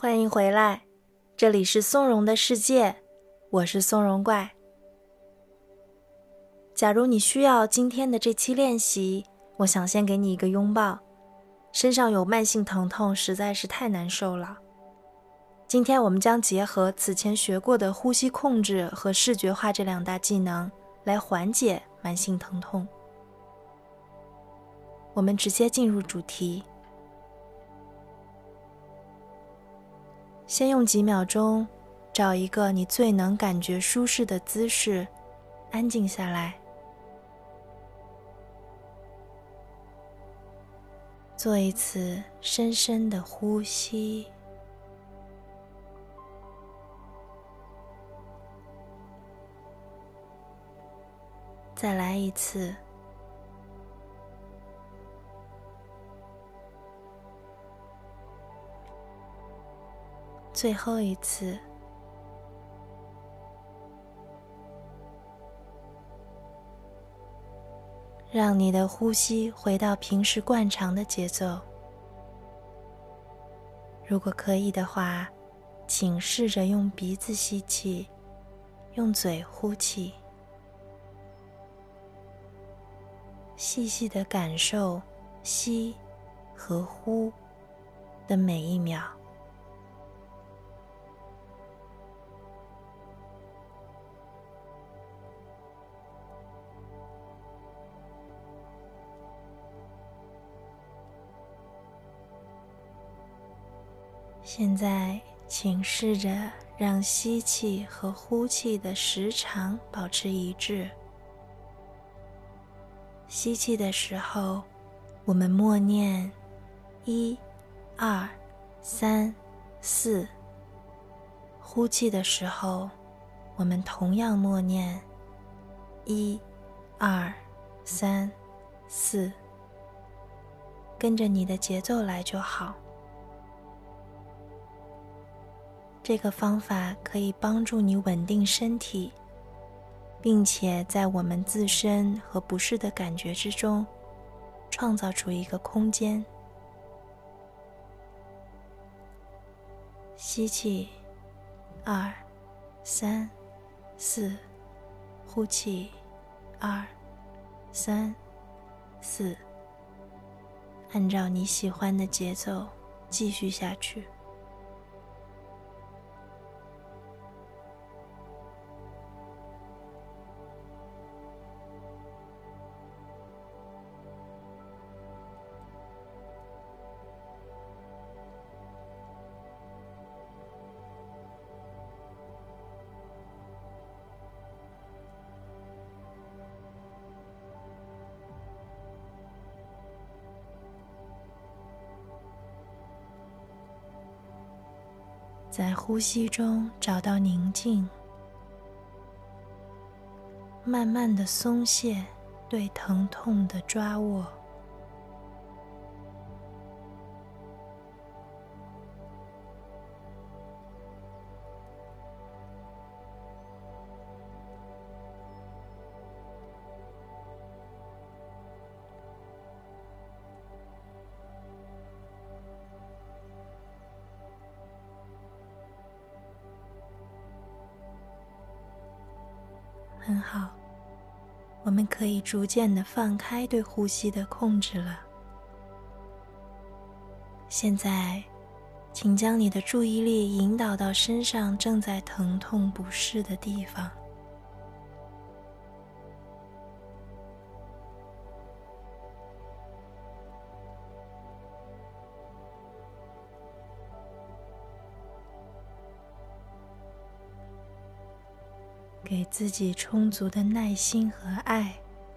欢迎回来，这里是松茸的世界，我是松茸怪。假如你需要今天的这期练习，我想先给你一个拥抱。身上有慢性疼痛实在是太难受了。今天我们将结合此前学过的呼吸控制和视觉化这两大技能，来缓解慢性疼痛。我们直接进入主题。先用几秒钟，找一个你最能感觉舒适的姿势，安静下来。做一次深深的呼吸。再来一次。最后一次。让你的呼吸回到平时惯常的节奏。如果可以的话，请试着用鼻子吸气，用嘴呼气。细细地感受吸和呼的每一秒。现在请试着让吸气和呼气的时长保持一致。吸气的时候，我们默念1、2、3、4。呼气的时候，我们同样默念1、2、3、4。跟着你的节奏来就好。这个方法可以帮助你稳定身体，并且在我们自身和不适的感觉之中，创造出一个空间。吸气，2、3、4，呼气，2、3、4，按照你喜欢的节奏继续下去。在呼吸中找到宁静，慢慢地松懈对疼痛的抓握。很好，我们可以逐渐地放开对呼吸的控制了。现在，请将你的注意力引导到身上正在疼痛不适的地方。给自己充足的耐心和爱，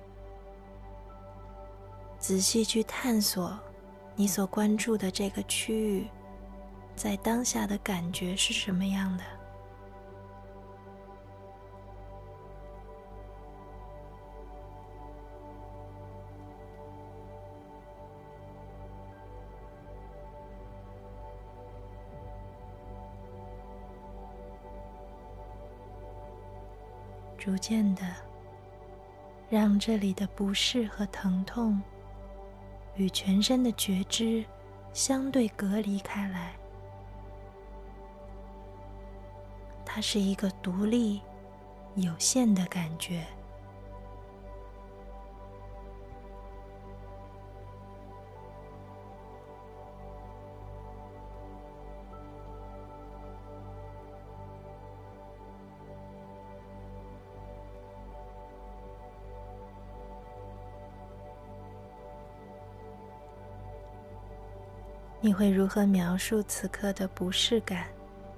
仔细去探索你所关注的这个区域，在当下的感觉是什么样的。逐渐的，让这里的不适和疼痛与全身的觉知相对隔离开来。 它是一个独立、有限的感觉。你会如何描述此刻的不适感？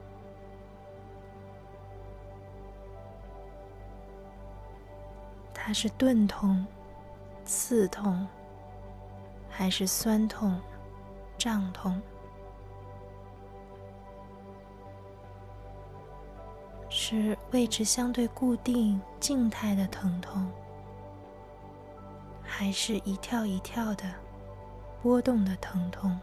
它是钝痛、刺痛，还是酸痛、胀痛？是位置相对固定、静态的疼痛，还是一跳一跳的波动的疼痛？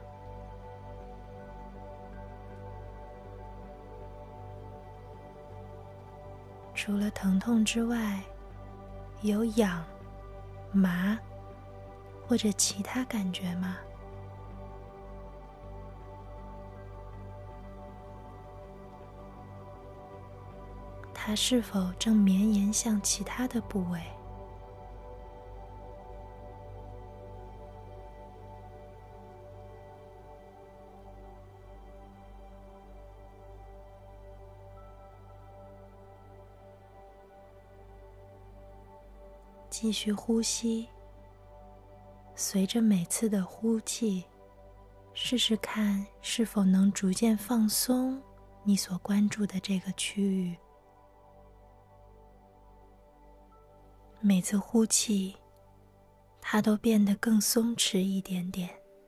除了疼痛之外，有痒、麻或者其他感觉吗？它是否正绵延向其他的部位？继续呼吸，随着每次的呼气，试试看是否能逐渐放松你所关注的这个区域。每次呼气，它都变得更松弛一点点。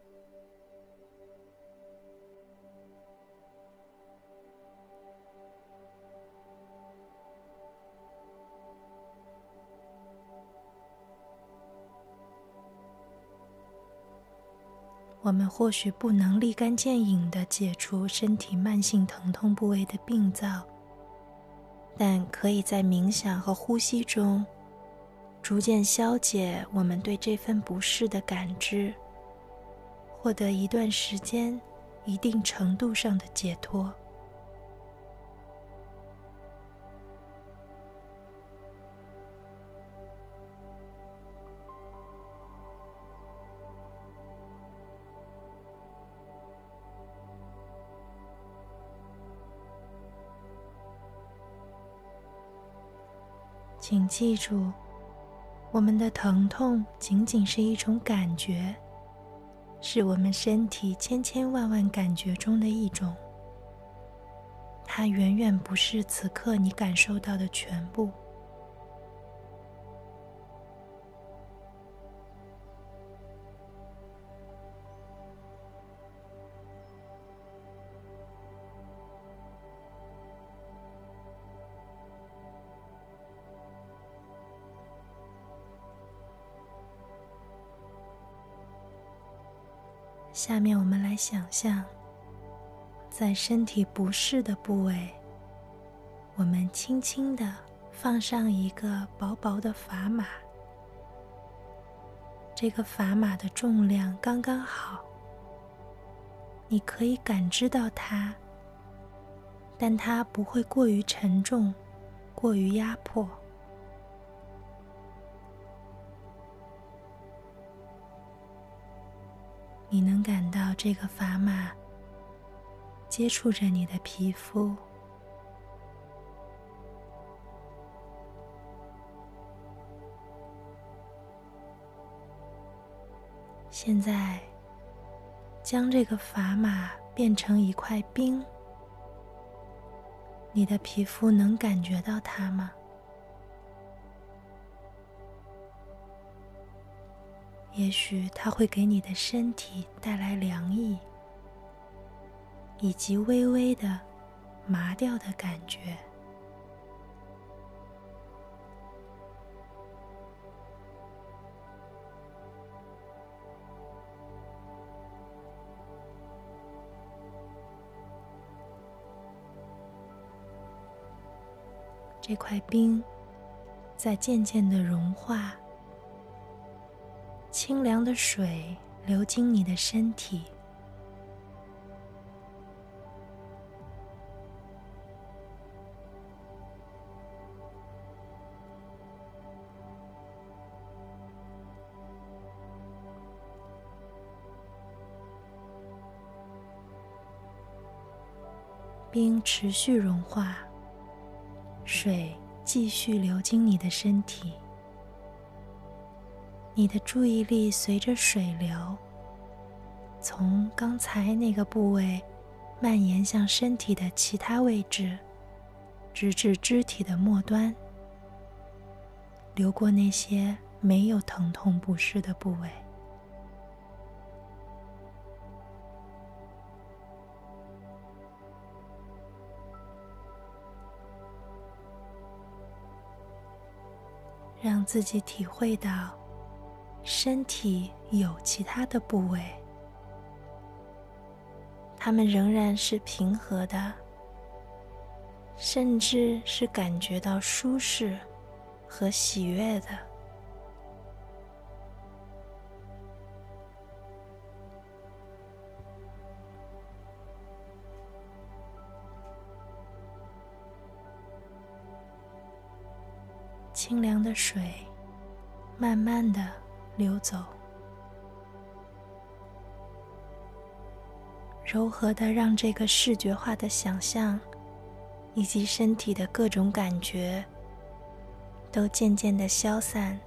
我们或许不能立竿见影地解除身体慢性疼痛部位的病灶，但可以在冥想和呼吸中逐渐消解我们对这份不适的感知，获得一段时间一定程度上的解脱。请记住，我们的疼痛仅仅是一种感觉，是我们身体千千万万感觉中的一种。它远远不是此刻你感受到的全部。下面我们来想象，在身体不适的部位，我们轻轻地放上一个薄薄的砝码。这个砝码的重量刚刚好，你可以感知到它，但它不会过于沉重，过于压迫。你能感到这个砝码接触着你的皮肤，现在将这个砝码变成一块冰，你的皮肤能感觉到它吗？也许它会给你的身体带来凉意，以及微微的麻掉的感觉。这块冰在渐渐地融化，清凉的水流经你的身体， 冰持续融化，水继续流经你的身体。你的注意力随着水流，从刚才那个部位蔓延向身体的其他位置，直至肢体的末端，流过那些没有疼痛不适的部位。让自己体会到身体有其他的部位，它们仍然是平和的，甚至是感觉到舒适和喜悦的。清凉的水慢慢地流走，柔和地让这个视觉化的想象以及身体的各种感觉都渐渐地消散。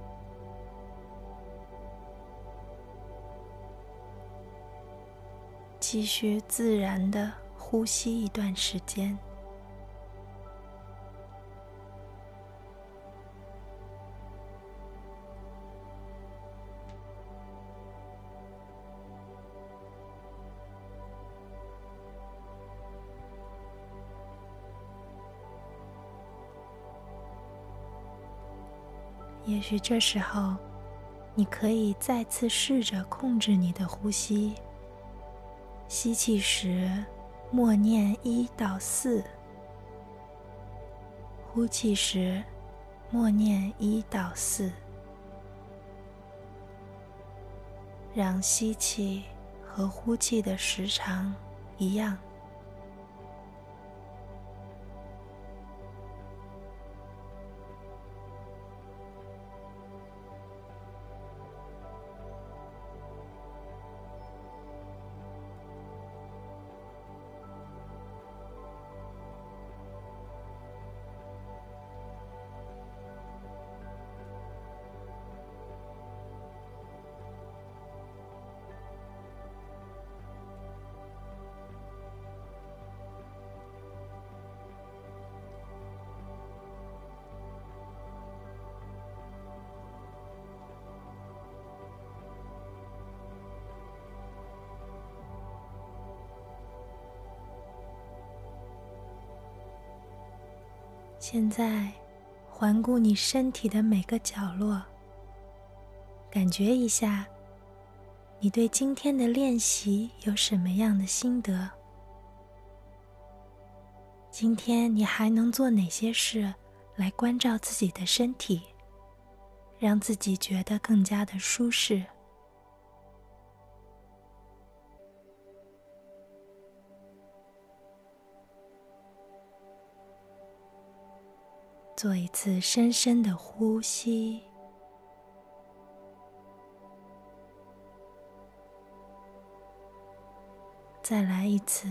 继续自然地呼吸一段时间。也许这时候，你可以再次试着控制你的呼吸。吸气时，默念1到4；呼气时，默念1到4。让吸气和呼气的时长一样。现在，环顾你身体的每个角落，感觉一下，你对今天的练习有什么样的心得？今天你还能做哪些事来关照自己的身体，让自己觉得更加的舒适？做一次深深的呼吸，再来一次，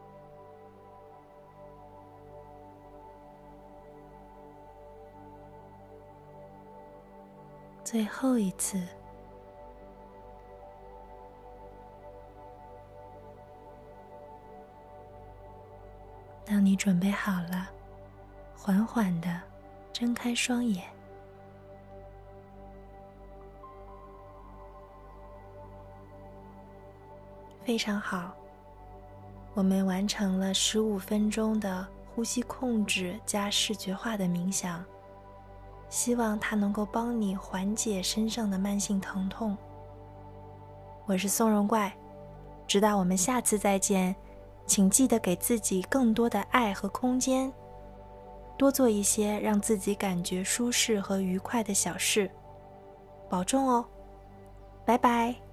最后一次。当你准备好了，缓缓地睁开双眼。非常好，我们完成了15分钟的呼吸控制加视觉化的冥想，希望它能够帮你缓解身上的慢性疼痛。我是松茸怪，直到我们下次再见，请记得给自己更多的爱和空间，多做一些让自己感觉舒适和愉快的小事，保重哦，拜拜。